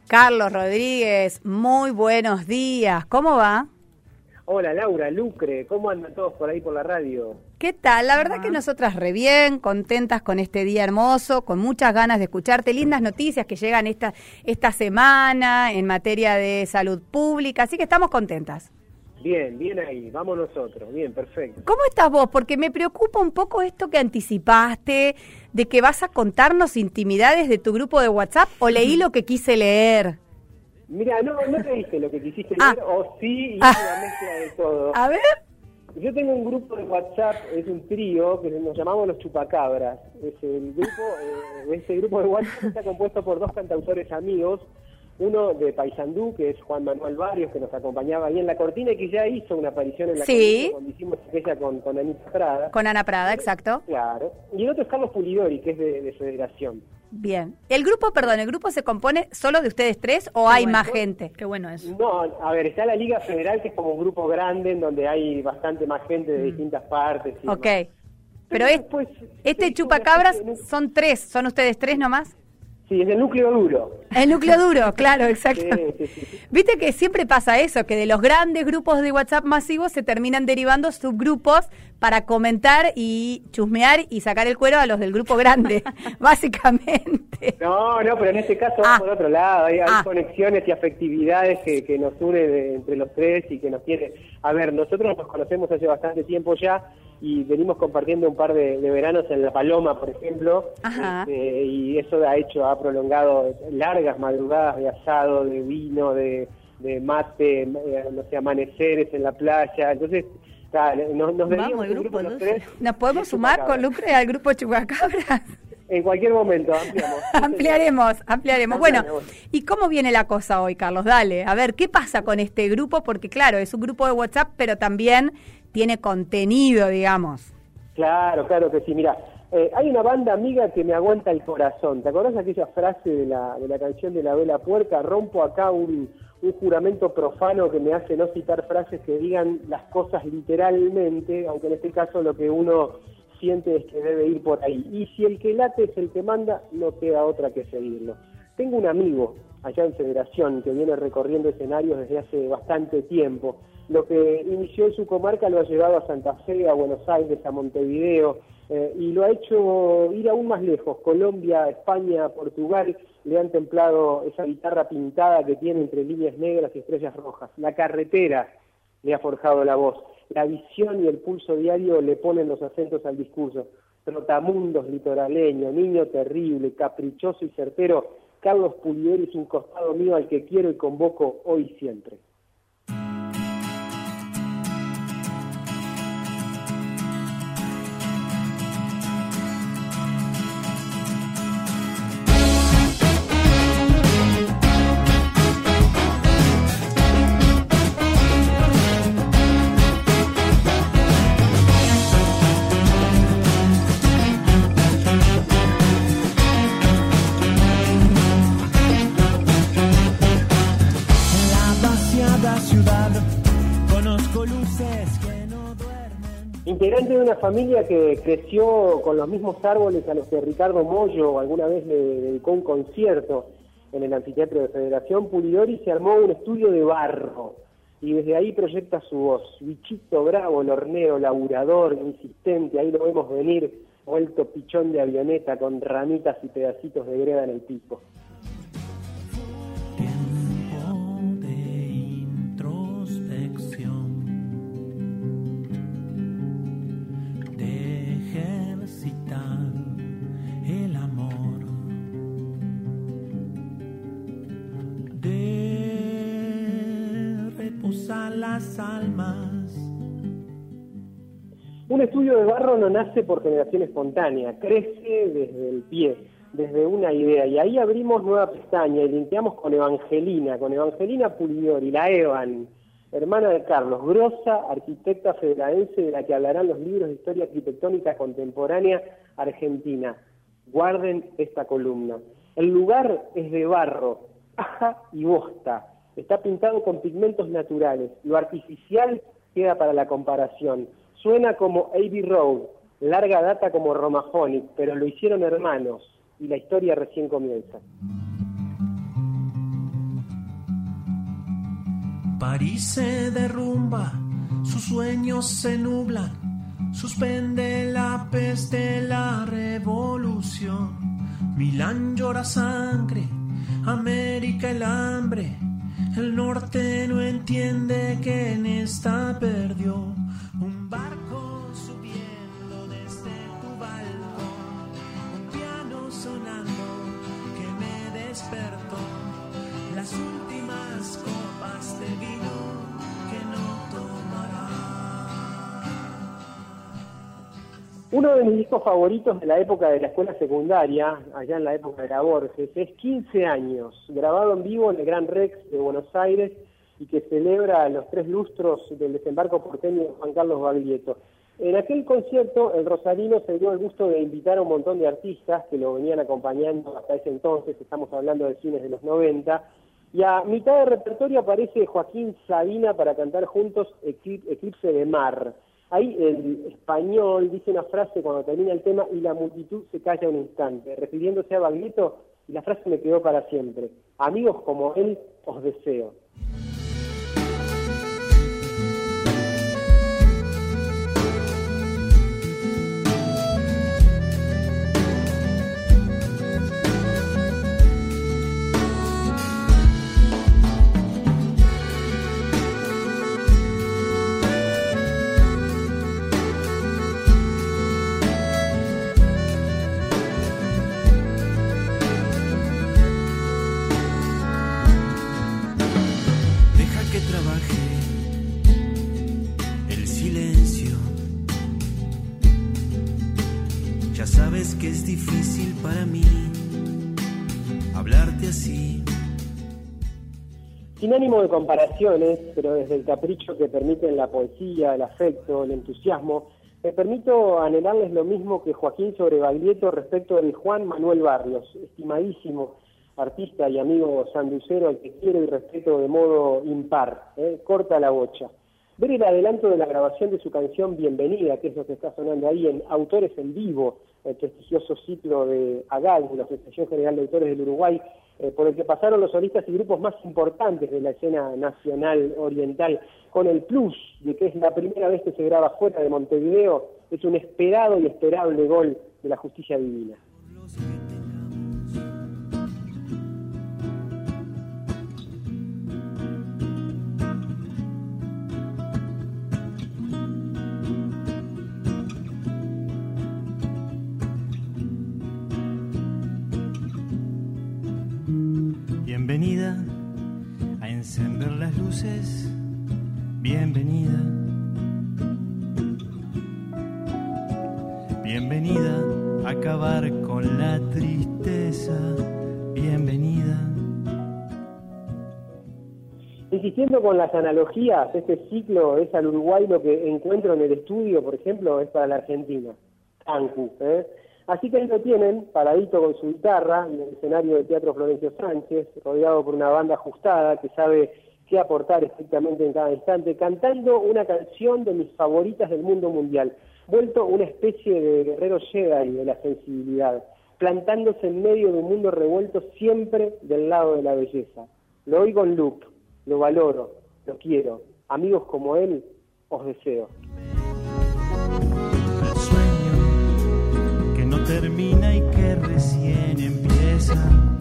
Carlos Rodríguez, muy buenos días. ¿Cómo va? Hola Laura, Lucre, ¿cómo andan todos por ahí por la radio? ¿Qué tal? La verdad que nosotras re bien, contentas con este día hermoso, con muchas ganas de escucharte, lindas noticias que llegan esta semana en materia de salud pública, así que estamos contentas. Bien, bien ahí, vamos nosotros, bien, perfecto. ¿Cómo estás vos? Porque me preocupa un poco esto que anticipaste, de que vas a contarnos intimidades de tu grupo de WhatsApp, o leí lo que quise leer. Mira, no te dije lo que quisiste leer, o sí, y una mezcla de todo. A ver. Yo tengo un grupo de WhatsApp, es un trío, que nos llamamos los Chupacabras. Este grupo de WhatsApp está compuesto por dos cantautores amigos, uno de Paysandú, que es Juan Manuel Barrios, que nos acompañaba ahí en la cortina y que ya hizo una aparición en la cortina cuando hicimos aquella con Anita Prada. Con Ana Prada, exacto. Claro. Y el otro es Carlos Pulidori, que es de Federación. Bien. ¿El grupo se compone solo de ustedes tres o hay más gente? Qué bueno eso. No, a ver, está la Liga Federal, que es como un grupo grande en donde hay bastante más gente de distintas partes. Y ok. demás. Pero después, este Chupacabras son tres, ¿son ustedes tres nomás? Sí, es el núcleo duro. El núcleo duro, claro, exacto. Sí. Viste que siempre pasa eso, que de los grandes grupos de WhatsApp masivos se terminan derivando subgrupos para comentar y chusmear y sacar el cuero a los del grupo grande, básicamente. No, pero en este caso va por otro lado. Hay conexiones y afectividades que nos unen entre los tres y que nos tiene... A ver, nosotros nos conocemos hace bastante tiempo ya y venimos compartiendo un par de veranos en La Paloma, por ejemplo, y eso ha prolongado largas madrugadas de asado, de vino, de mate, amaneceres en la playa. Entonces, nos vamos, el grupo, los tres. ¿Nos podemos sumar con Lucre al grupo Chupacabras? En cualquier momento, ampliaremos. Bueno, ¿y cómo viene la cosa hoy, Carlos? Dale, a ver, ¿qué pasa con este grupo? Porque claro, es un grupo de WhatsApp, pero también tiene contenido, digamos. Claro que sí. Mira, hay una banda amiga que me aguanta el corazón. ¿Te acordás de aquella frase de la canción de La Vela Puerca? Rompo acá un juramento profano que me hace no citar frases que digan las cosas literalmente, aunque en este caso lo que uno siente es que debe ir por ahí. Y si el que late es el que manda, no queda otra que seguirlo. Tengo un amigo allá en Federación que viene recorriendo escenarios desde hace bastante tiempo. Lo que inició en su comarca lo ha llevado a Santa Fe, a Buenos Aires, a Montevideo, y lo ha hecho ir aún más lejos. Colombia, España, Portugal le han templado esa guitarra pintada que tiene entre líneas negras y estrellas rojas. La carretera le ha forjado la voz. La visión y el pulso diario le ponen los acentos al discurso. Trotamundos litoraleño, niño terrible, caprichoso y certero, Carlos Pulidori es un costado mío al que quiero y convoco hoy y siempre. Integrante de una familia que creció con los mismos árboles a los que Ricardo Mollo alguna vez le dedicó un concierto en el anfiteatro de Federación, Pulidori se armó un estudio de barro y desde ahí proyecta su voz. Bichito bravo, lornero, laburador, insistente, ahí lo vemos venir, vuelto pichón de avioneta con ramitas y pedacitos de greda en el pico. Las almas. Un estudio de barro no nace por generación espontánea, crece desde el pie, desde una idea, y ahí abrimos nueva pestaña y linkeamos con Evangelina Pulidori, la Evan, hermana de Carlos, grosa arquitecta federaense de la que hablarán los libros de historia arquitectónica contemporánea argentina. Guarden esta columna. El lugar es de barro, paja y bosta. Está pintado con pigmentos naturales. Lo artificial queda para la comparación. Suena como Abbey Road, larga data como Romaphonic, pero lo hicieron hermanos y la historia recién comienza. París se derrumba, sus sueños se nublan, suspende la peste, la revolución. Milán llora sangre, América el hambre, el norte no entiende que en esta perdió. Un barco subiendo desde tu balcón, un piano sonando que me despertó, las últimas copas de vino que no tomará. Uno de mis discos favoritos de la época de la escuela secundaria, allá en la época de la Borges, es 15 años, grabado en vivo en el Gran Rex de Buenos Aires y que celebra los 3 lustros del desembarco porteño de Juan Carlos Baglietto. En aquel concierto, el rosarino se dio el gusto de invitar a un montón de artistas que lo venían acompañando hasta ese entonces, estamos hablando de fines de los 90, y a mitad de repertorio aparece Joaquín Sabina para cantar juntos Eclipse de Mar. Ahí el español dice una frase cuando termina el tema y la multitud se calla un instante, refiriéndose a Baglietto, y la frase me quedó para siempre: amigos como él os deseo. Que es difícil para mí hablarte así. Sin ánimo de comparaciones, pero desde el capricho que permiten la poesía, el afecto, el entusiasmo, me permito anhelarles lo mismo que Joaquín sobre Baglietto respecto de Juan Manuel Barrios, estimadísimo artista y amigo sanducero al que quiero y respeto de modo impar, corta la bocha. Ver el adelanto de la grabación de su canción Bienvenida, que es lo que está sonando ahí en Autores en Vivo, el prestigioso ciclo de AGAL, de la Asociación General de Autores del Uruguay, por el que pasaron los solistas y grupos más importantes de la escena nacional oriental, con el plus de que es la primera vez que se graba fuera de Montevideo, es un esperado y esperable gol de la justicia divina. Bienvenida a encender las luces, bienvenida. Bienvenida a acabar con la tristeza, bienvenida. Insistiendo con las analogías, este ciclo es al Uruguay lo que encuentro en el estudio, por ejemplo, es para la Argentina, Ancu, Así que ahí lo tienen, paradito con su guitarra, en el escenario del Teatro Florencio Sánchez, rodeado por una banda ajustada que sabe qué aportar estrictamente en cada instante, cantando una canción de mis favoritas del mundo mundial, vuelto una especie de guerrero Jedi de la sensibilidad, plantándose en medio de un mundo revuelto siempre del lado de la belleza. Lo oigo en loop, lo valoro, lo quiero. Amigos como él, os deseo. Termina y que recién empieza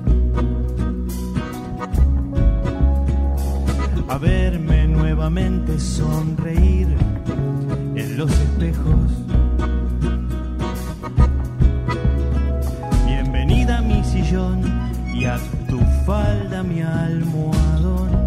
a verme nuevamente sonreír en los espejos. Bienvenida a mi sillón y a tu falda mi almohadón.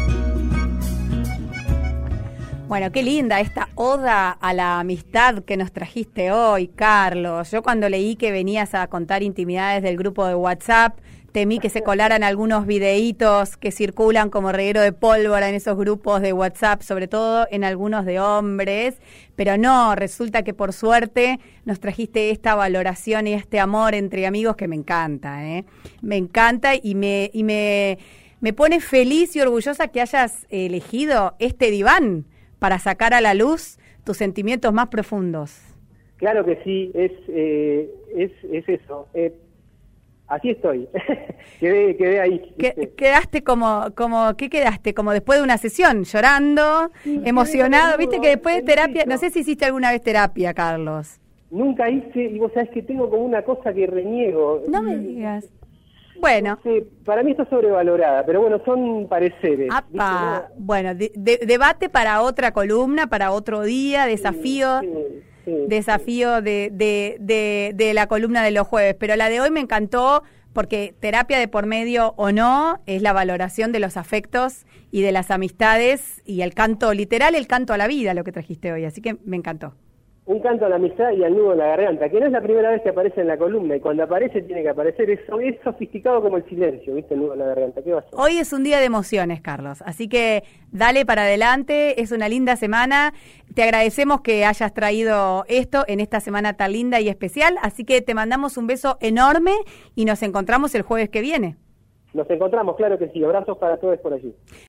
Bueno, qué linda esta oda a la amistad que nos trajiste hoy, Carlos. Yo cuando leí que venías a contar intimidades del grupo de WhatsApp, temí que se colaran algunos videitos que circulan como reguero de pólvora en esos grupos de WhatsApp, sobre todo en algunos de hombres, pero no, resulta que por suerte nos trajiste esta valoración y este amor entre amigos que me encanta, Me encanta y me pone feliz y orgullosa que hayas elegido este diván para sacar a la luz tus sentimientos más profundos. Claro que sí, es eso. Así estoy. quedé ahí. Quedaste ¿qué quedaste? Como después de una sesión, llorando, emocionado. Viste que después de terapia, no sé si hiciste alguna vez terapia, Carlos. Nunca hice, y vos sabés que tengo como una cosa que reniego. No me digas. Bueno. No sé, para mí está sobrevalorada, pero bueno, son pareceres. ¡Apa! Bueno, debate para otra columna, para otro día, desafío. Desafío de la columna de los jueves, pero la de hoy me encantó porque terapia de por medio o no es la valoración de los afectos y de las amistades y el canto literal, el canto a la vida, lo que trajiste hoy, así que me encantó. Un canto a la amistad y al nudo en la garganta, que no es la primera vez que aparece en la columna, y cuando aparece tiene que aparecer. Eso es sofisticado como el silencio, ¿viste? El nudo en la garganta. ¿Qué va a hacer? Hoy es un día de emociones, Carlos, así que dale para adelante, es una linda semana. Te agradecemos que hayas traído esto en esta semana tan linda y especial, así que te mandamos un beso enorme y nos encontramos el jueves que viene. Nos encontramos, claro que sí. Abrazos para todos por allí.